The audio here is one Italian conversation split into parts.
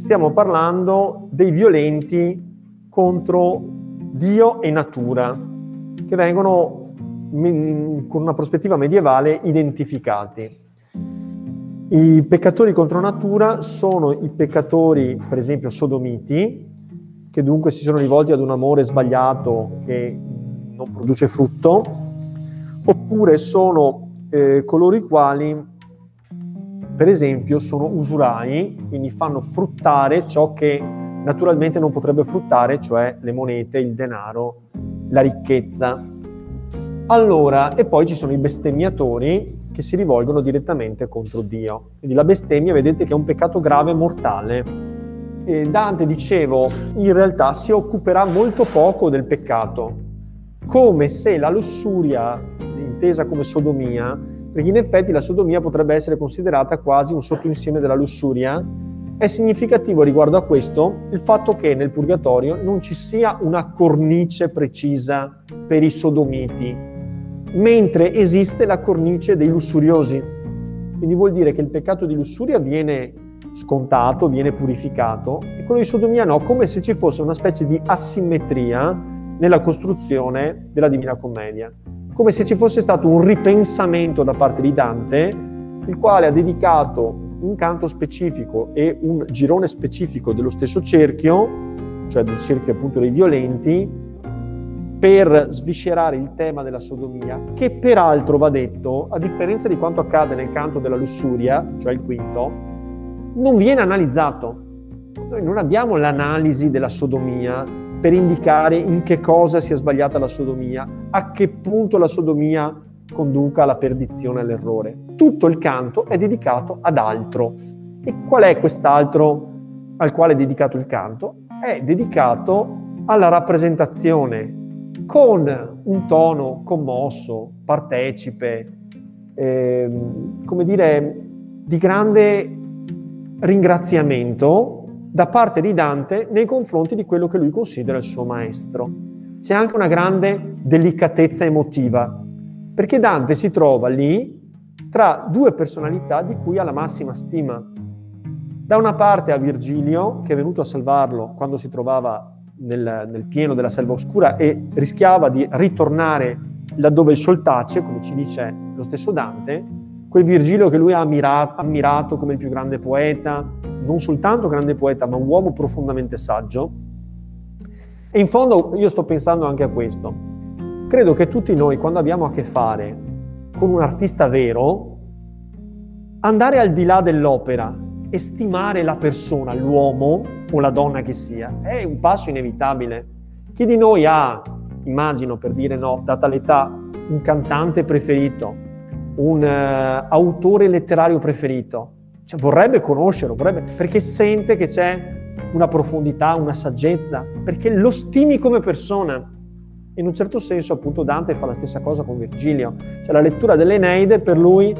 stiamo parlando dei violenti contro Dio e natura, che vengono con una prospettiva medievale identificati. I peccatori contro natura sono i peccatori, per esempio, sodomiti, che dunque si sono rivolti ad un amore sbagliato che non produce frutto, oppure sono coloro i quali, per esempio, sono usurai, quindi fanno fruttare ciò che naturalmente non potrebbe fruttare, cioè le monete, il denaro, la ricchezza. Allora, e poi ci sono i bestemmiatori che si rivolgono direttamente contro Dio. Quindi la bestemmia, vedete che è un peccato grave e mortale. E Dante, dicevo, in realtà si occuperà molto poco del peccato, come se la lussuria, intesa come sodomia, perché in effetti la sodomia potrebbe essere considerata quasi un sottoinsieme della lussuria, è significativo riguardo a questo il fatto che nel purgatorio non ci sia una cornice precisa per i sodomiti, mentre esiste la cornice dei lussuriosi. Quindi vuol dire che il peccato di lussuria viene scontato, viene purificato, e quello di sodomia no, come se ci fosse una specie di asimmetria nella costruzione della Divina Commedia, come se ci fosse stato un ripensamento da parte di Dante, il quale ha dedicato un canto specifico e un girone specifico dello stesso cerchio, cioè del cerchio appunto dei violenti, per sviscerare il tema della sodomia, che peraltro, va detto, a differenza di quanto accade nel canto della lussuria, cioè il quinto, non viene analizzato. Noi non abbiamo l'analisi della sodomia per indicare in che cosa sia sbagliata la sodomia, a che punto la sodomia conduca alla perdizione e all'errore. Tutto il canto è dedicato ad altro. E qual è quest'altro al quale è dedicato il canto? È dedicato alla rappresentazione con un tono commosso, partecipe, come dire, di grande ringraziamento da parte di Dante nei confronti di quello che lui considera il suo maestro. C'è anche una grande delicatezza emotiva, perché Dante si trova lì tra due personalità di cui ha la massima stima. Da una parte ha Virgilio, che è venuto a salvarlo quando si trovava nel pieno della selva oscura e rischiava di ritornare laddove il sol tace, come ci dice lo stesso Dante, quel Virgilio che lui ha ammirato come il più grande poeta, non soltanto grande poeta, ma un uomo profondamente saggio. E in fondo io sto pensando anche a questo. Credo che tutti noi, quando abbiamo a che fare con un artista vero, andare al di là dell'opera e stimare la persona, l'uomo o la donna che sia, è un passo inevitabile. Chi di noi ha, immagino, per dire no, data l'età, un cantante preferito, un autore letterario preferito, cioè, vorrebbe conoscerlo, perché sente che c'è una profondità, una saggezza, perché lo stimi come persona. In un certo senso, appunto, Dante fa la stessa cosa con Virgilio. Cioè, la lettura dell'Eneide per lui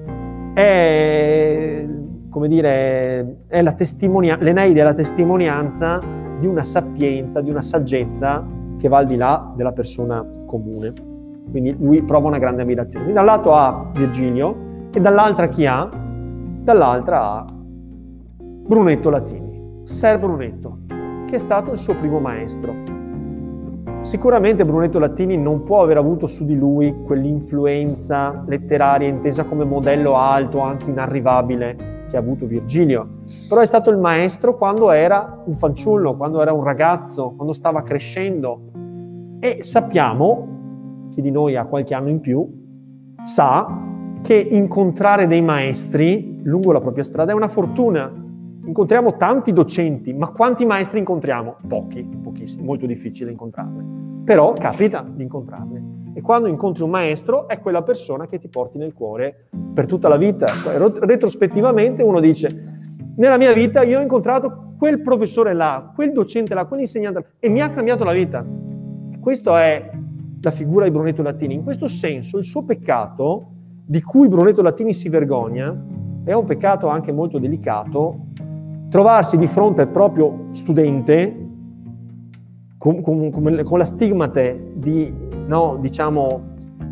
è, come dire, è la l'Eneide è la testimonianza di una sapienza, di una saggezza che va al di là della persona comune. Quindi lui prova una grande ammirazione. Quindi da un lato ha Virgilio e dall'altra chi ha? Dall'altra ha Brunetto Latini, Ser Brunetto, che è stato il suo primo maestro. Sicuramente Brunetto Latini non può aver avuto su di lui quell'influenza letteraria intesa come modello alto, anche inarrivabile, che ha avuto Virgilio, però è stato il maestro quando era un fanciullo, quando era un ragazzo, quando stava crescendo. E sappiamo, chi di noi ha qualche anno in più, sa che incontrare dei maestri lungo la propria strada è una fortuna. Incontriamo tanti docenti, ma quanti maestri incontriamo? Pochi, pochissimi, molto difficile incontrarli. Però capita di incontrarli. E quando incontri un maestro è quella persona che ti porti nel cuore per tutta la vita. Retrospettivamente uno dice: nella mia vita io ho incontrato quel professore là, quel docente là, quell'insegnante là, e mi ha cambiato la vita. Questa è la figura di Brunetto Latini. In questo senso il suo peccato, di cui Brunetto Latini si vergogna, è un peccato anche molto delicato, trovarsi di fronte al proprio studente con la stigmate di, no, diciamo,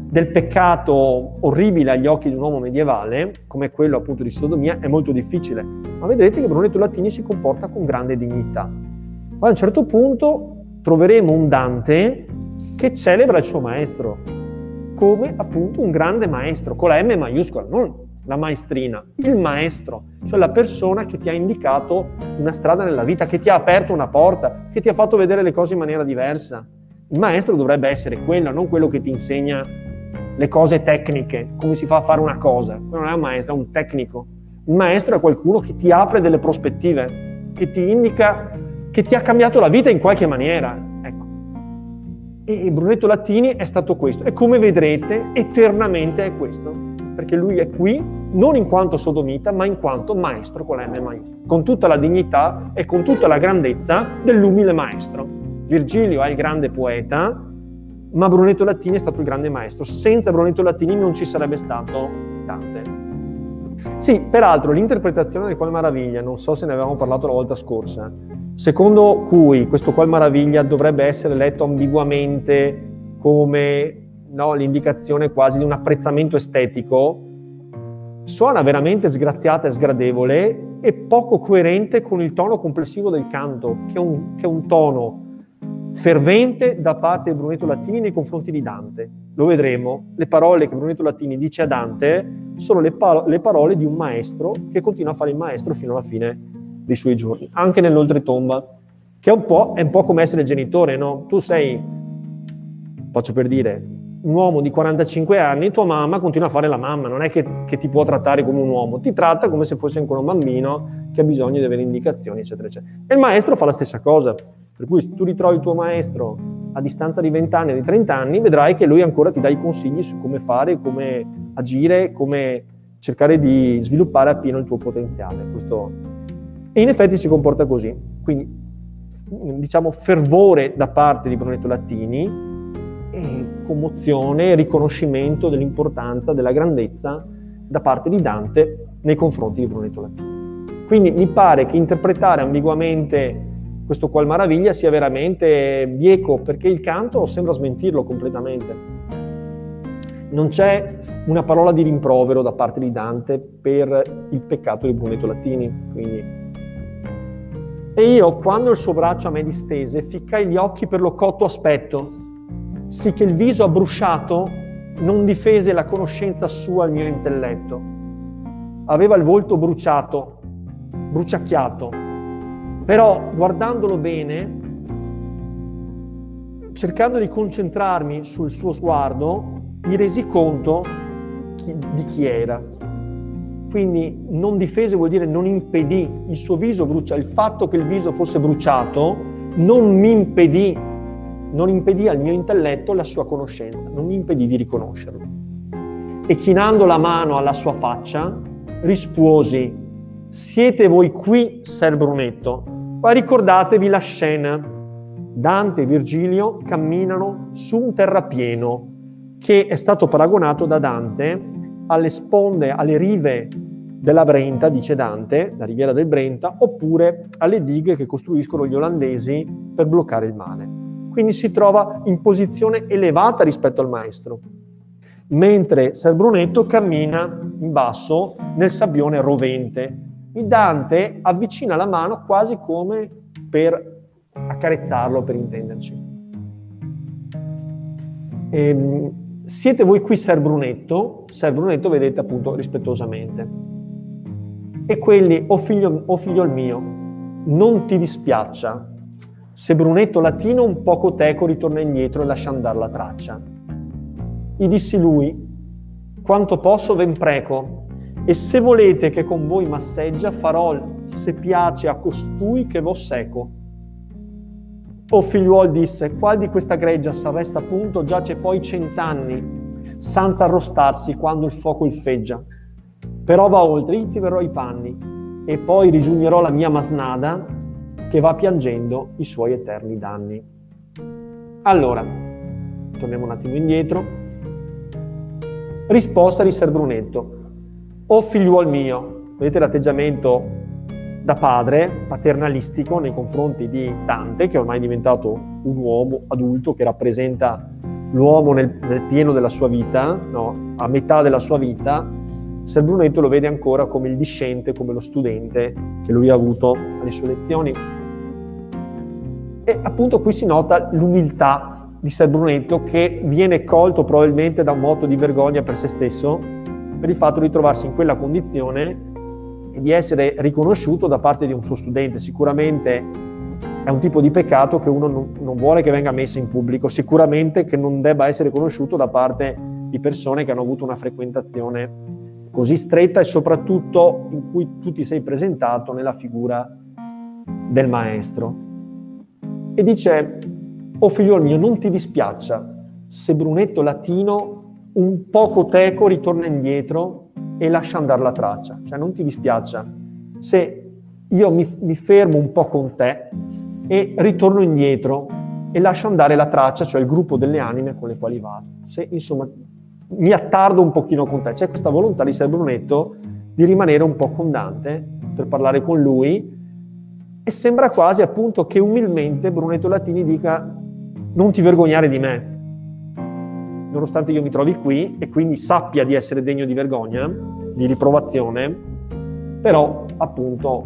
del peccato orribile agli occhi di un uomo medievale, come quello appunto di sodomia, è molto difficile. Ma vedrete che Brunetto Latini si comporta con grande dignità. Poi a un certo punto troveremo un Dante che celebra il suo maestro come appunto un grande maestro, con la M maiuscola, non la maestrina, il maestro, cioè la persona che ti ha indicato una strada nella vita, che ti ha aperto una porta, che ti ha fatto vedere le cose in maniera diversa. Il maestro dovrebbe essere quello, non quello che ti insegna le cose tecniche, come si fa a fare una cosa. Quello non è un maestro, è un tecnico. Il maestro è qualcuno che ti apre delle prospettive, che ti indica, che ti ha cambiato la vita in qualche maniera. Ecco. E Brunetto Latini è stato questo. E come vedrete, eternamente è questo. Perché lui è qui, non in quanto sodomita, ma in quanto maestro con la M maiuscola, con tutta la dignità e con tutta la grandezza dell'umile maestro. Virgilio è il grande poeta, ma Brunetto Latini è stato il grande maestro. Senza Brunetto Latini non ci sarebbe stato Dante. Sì, peraltro l'interpretazione del Qual Maraviglia, non so se ne avevamo parlato la volta scorsa, secondo cui questo Qual Maraviglia dovrebbe essere letto ambiguamente come l'indicazione quasi di un apprezzamento estetico, suona veramente sgraziata e sgradevole e poco coerente con il tono complessivo del canto, che è un tono fervente da parte di Brunetto Latini nei confronti di Dante. Lo vedremo, le parole che Brunetto Latini dice a Dante sono le parole di un maestro che continua a fare il maestro fino alla fine dei suoi giorni, anche nell'oltretomba, che è un po' come essere genitore, no? Tu sei, faccio per dire, un uomo di 45 anni, tua mamma continua a fare la mamma, non è che ti può trattare come un uomo, ti tratta come se fosse ancora un bambino che ha bisogno di avere indicazioni, eccetera, eccetera. E il maestro fa la stessa cosa, per cui se tu ritrovi il tuo maestro a distanza di 20 anni o di 30 anni, vedrai che lui ancora ti dà i consigli su come fare, come agire, come cercare di sviluppare appieno il tuo potenziale. E in effetti si comporta così. Quindi, diciamo, fervore da parte di Brunetto Latini, e commozione e riconoscimento dell'importanza, della grandezza da parte di Dante nei confronti di Brunetto Latini. Quindi mi pare che interpretare ambiguamente questo Qual Maraviglia sia veramente bieco, perché il canto sembra smentirlo completamente. Non c'è una parola di rimprovero da parte di Dante per il peccato di Brunetto Latini. Quindi. E io, quando il suo braccio a me distese, ficcai gli occhi per lo cotto aspetto, sì che il viso abbrusciato non difese la conoscenza sua al mio intelletto. Aveva il volto bruciato, bruciacchiato, però guardandolo bene, cercando di concentrarmi sul suo sguardo, mi resi conto di chi era. Quindi non difese vuol dire non impedì, il suo viso bruciato, il fatto che il viso fosse bruciato non mi impedì, non impedì al mio intelletto la sua conoscenza, non mi impedì di riconoscerlo. E chinando la mano alla sua faccia, risposi: siete voi qui, Ser Brunetto? Ma ricordatevi la scena. Dante e Virgilio camminano su un terrapieno che è stato paragonato da Dante alle sponde, alle rive della Brenta, dice Dante, la riviera del Brenta, oppure alle dighe che costruiscono gli olandesi per bloccare il mare. Quindi si trova in posizione elevata rispetto al maestro, mentre Ser Brunetto cammina in basso nel sabbione rovente. Il Dante avvicina la mano quasi come per accarezzarlo, per intenderci. Siete voi qui, Ser Brunetto? Ser Brunetto, vedete appunto rispettosamente. E quelli, o figliol mio, non ti dispiaccia se Brunetto Latino un poco teco ritorna indietro e lascia andare la traccia. Gli dissi lui: quanto posso ven preco, e se volete che con voi masseggia, farò se piace a costui che vo seco. O figliuol, disse, qual di questa greggia s'arresta appunto giace poi 100 anni, senza arrostarsi quando il fuoco il feggia. Però va oltre, io ti verrò i panni, e poi rigiugnerò la mia masnada, che va piangendo i suoi eterni danni. Allora, torniamo un attimo indietro. Risposta di Ser Brunetto: o figliuol mio, vedete l'atteggiamento da padre, paternalistico nei confronti di Dante, che ormai è diventato un uomo adulto che rappresenta l'uomo nel pieno della sua vita, no? A metà della sua vita, Ser Brunetto lo vede ancora come il discente, come lo studente che lui ha avuto alle sue lezioni. E appunto qui si nota l'umiltà di Ser Brunetto, che viene colto probabilmente da un moto di vergogna per se stesso, per il fatto di trovarsi in quella condizione e di essere riconosciuto da parte di un suo studente. Sicuramente è un tipo di peccato che uno non vuole che venga messo in pubblico, sicuramente che non debba essere conosciuto da parte di persone che hanno avuto una frequentazione così stretta e soprattutto in cui tu ti sei presentato nella figura del maestro. E dice: «Oh figliuol mio, non ti dispiaccia se Brunetto Latino un poco teco ritorna indietro e lascia andare la traccia». Cioè non ti dispiaccia se io mi fermo un po' con te e ritorno indietro e lascio andare la traccia, cioè il gruppo delle anime con le quali vado. Se insomma mi attardo un pochino con te. C'è questa volontà di Ser Brunetto di rimanere un po' con Dante per parlare con lui, e sembra quasi appunto che umilmente Brunetto Latini dica: non ti vergognare di me, nonostante io mi trovi qui, e quindi sappia di essere degno di vergogna, di riprovazione, però appunto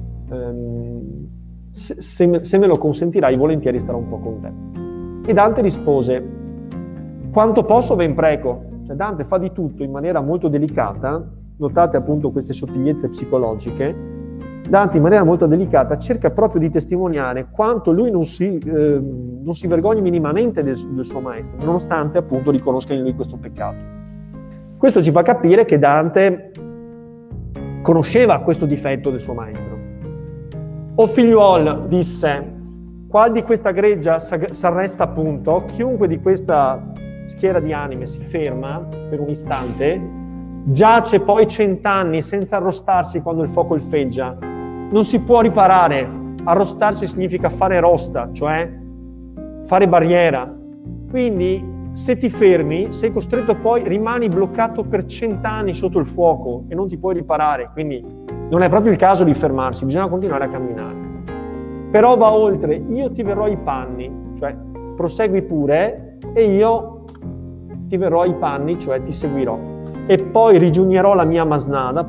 se me lo consentirai volentieri starò un po' con te. E Dante rispose: quanto posso ven preco. Cioè Dante fa di tutto in maniera molto delicata, notate appunto queste sottigliezze psicologiche. Dante in maniera molto delicata cerca proprio di testimoniare quanto lui non si vergogni minimamente del suo maestro, nonostante appunto riconosca in lui questo peccato. Questo ci fa capire che Dante conosceva questo difetto del suo maestro. «O figliuol», disse, «qual di questa greggia s'arresta appunto, chiunque di questa schiera di anime si ferma per un istante, giace poi 100 anni senza arrostarsi quando il fuoco il feggia. Non si può riparare. Arrostarsi significa fare rosta, cioè fare barriera. Quindi se ti fermi, sei costretto poi, rimani bloccato per 100 anni sotto il fuoco e non ti puoi riparare. Quindi non è proprio il caso di fermarsi, bisogna continuare a camminare. Però va oltre, io ti verrò ai panni, cioè prosegui pure e io ti verrò ai panni, cioè ti seguirò. E poi raggiungerò la mia masnada,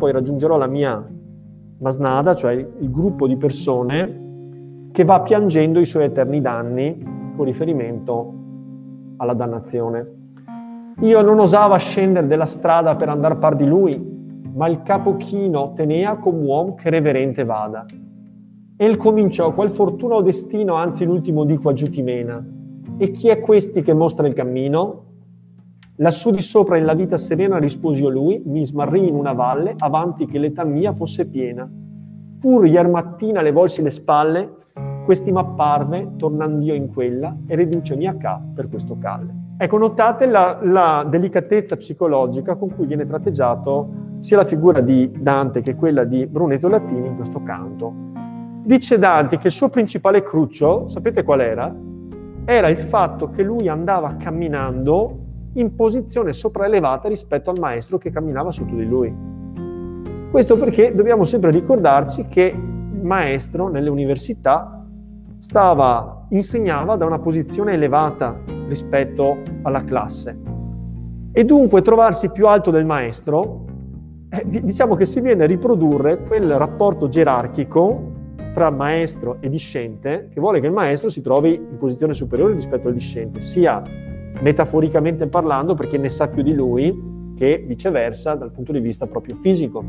cioè il gruppo di persone che va piangendo i suoi eterni danni con riferimento alla dannazione. Io non osava scendere della strada per andar par di lui, ma il capo chino tenea come uom che reverente vada. E il cominciò qual fortuna o destino, anzi l'ultimo di qua giù ti mena. E chi è questi che mostra il cammino? Lassù di sopra in la vita serena, risposi io lui, mi smarrì in una valle, avanti che l'età mia fosse piena. Pur ier mattina le volsi le spalle, questi m'apparve, tornando io in quella, e riducemi a ca per questo calle. Ecco, notate la delicatezza psicologica con cui viene tratteggiato sia la figura di Dante che quella di Brunetto Latini in questo canto. Dice Dante che il suo principale cruccio, sapete qual era? Era il fatto che lui andava camminando in posizione sopraelevata rispetto al maestro che camminava sotto di lui. Questo perché dobbiamo sempre ricordarci che il maestro nelle università insegnava da una posizione elevata rispetto alla classe, e dunque trovarsi più alto del maestro, diciamo che si viene a riprodurre quel rapporto gerarchico tra maestro e discente che vuole che il maestro si trovi in posizione superiore rispetto al discente, sia metaforicamente parlando perché ne sa più di lui, che viceversa dal punto di vista proprio fisico.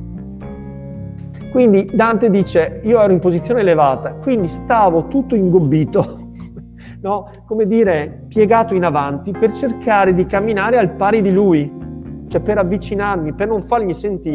Quindi Dante dice: io ero in posizione elevata, quindi stavo tutto ingobbito, no? Come dire, piegato in avanti per cercare di camminare al pari di lui, cioè per avvicinarmi, per non farlo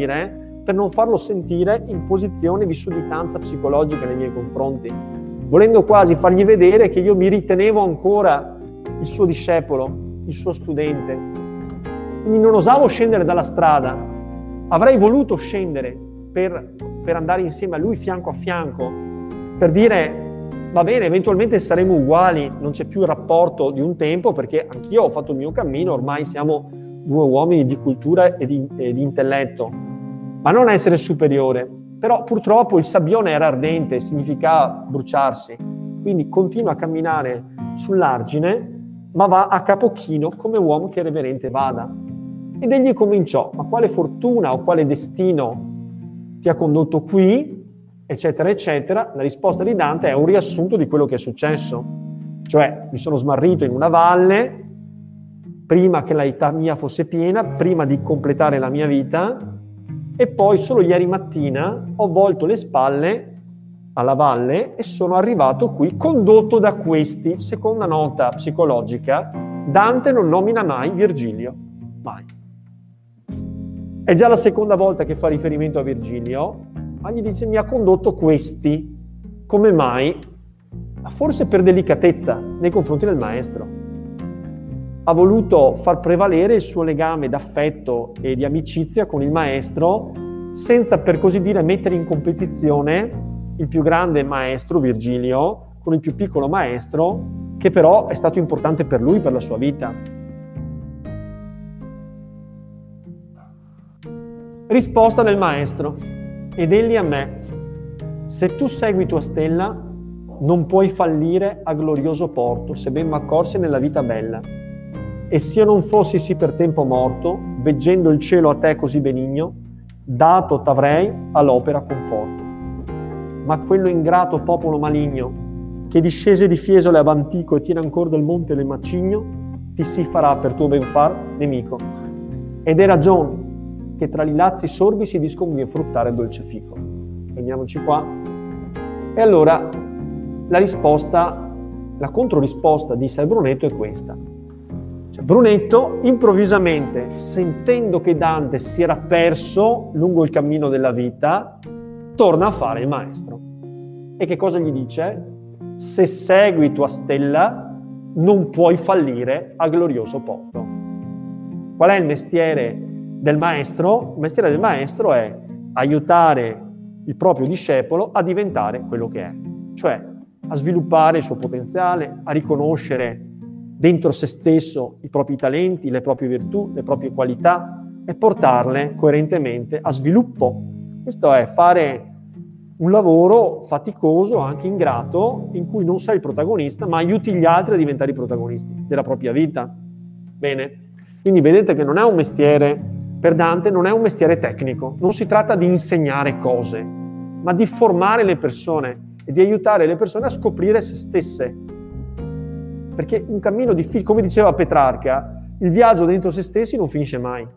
sentire in posizione di sudditanza psicologica nei miei confronti, volendo quasi fargli vedere che io mi ritenevo ancora il suo discepolo, il suo studente. Quindi non osavo scendere dalla strada, avrei voluto scendere per andare insieme a lui fianco a fianco, per dire va bene, eventualmente saremo uguali, non c'è più il rapporto di un tempo perché anch'io ho fatto il mio cammino, ormai siamo due uomini di cultura e di intelletto, ma non essere superiore. Però purtroppo il sabbione era ardente, significava bruciarsi, quindi continua a camminare sull'argine ma va a capo chino come uomo che reverente vada. Ed egli cominciò: ma quale fortuna o quale destino ti ha condotto qui? Eccetera, eccetera. La risposta di Dante è un riassunto di quello che è successo. Cioè, mi sono smarrito in una valle prima che l'età mia fosse piena, prima di completare la mia vita, e poi solo ieri mattina ho volto le spalle alla valle e sono arrivato qui condotto da questi. Seconda nota psicologica: Dante non nomina mai Virgilio, mai. È già la seconda volta che fa riferimento a Virgilio, ma gli dice: mi ha condotto questi. Come mai? Ma forse per delicatezza nei confronti del maestro. Ha voluto far prevalere il suo legame d'affetto e di amicizia con il maestro, senza, per così dire, mettere in competizione il più grande maestro Virgilio con il più piccolo maestro, che però è stato importante per lui, per la sua vita. Risposta del maestro: ed egli a me: se tu segui tua stella, non puoi fallire a glorioso porto, se ben m'accorsi nella vita bella. E s'io non fossi sì per tempo morto, veggendo il cielo a te così benigno, dato t'avrei all'opera conforto. Ma quello ingrato popolo maligno, che discese di Fiesole ab antico e tiene ancora del monte del macigno, ti si farà per tuo ben far nemico. Ed è ragion che tra i lazzi sorbi si disconvien fruttare il dolce fico. Prendiamoci qua. E allora la risposta, la controrisposta di Ser Brunetto è questa. Cioè, Brunetto improvvisamente, sentendo che Dante si era perso lungo il cammino della vita, torna a fare il maestro. E che cosa gli dice? Se segui tua stella, non puoi fallire a glorioso porto. Qual è il mestiere del maestro? Il mestiere del maestro è aiutare il proprio discepolo a diventare quello che è, cioè a sviluppare il suo potenziale, a riconoscere dentro se stesso i propri talenti, le proprie virtù, le proprie qualità e portarle coerentemente a sviluppo. Questo è fare un lavoro faticoso, anche ingrato, in cui non sei il protagonista, ma aiuti gli altri a diventare i protagonisti della propria vita. Bene? Quindi vedete che non è un mestiere, per Dante non è un mestiere tecnico, non si tratta di insegnare cose, ma di formare le persone e di aiutare le persone a scoprire se stesse. Perché un cammino difficile, come diceva Petrarca, il viaggio dentro se stessi non finisce mai.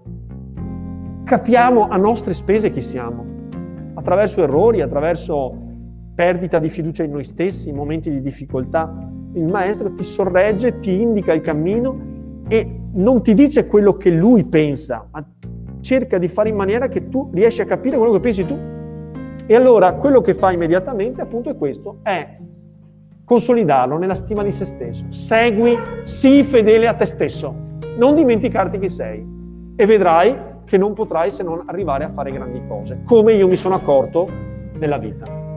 Capiamo a nostre spese chi siamo, attraverso errori, attraverso perdita di fiducia in noi stessi, momenti di difficoltà. Il maestro ti sorregge, ti indica il cammino e non ti dice quello che lui pensa, ma cerca di fare in maniera che tu riesci a capire quello che pensi tu. E allora quello che fa immediatamente, appunto, è questo, è consolidarlo nella stima di se stesso. Segui, sii fedele a te stesso, non dimenticarti chi sei e vedrai che non potrai se non arrivare a fare grandi cose, come io mi sono accorto nella vita.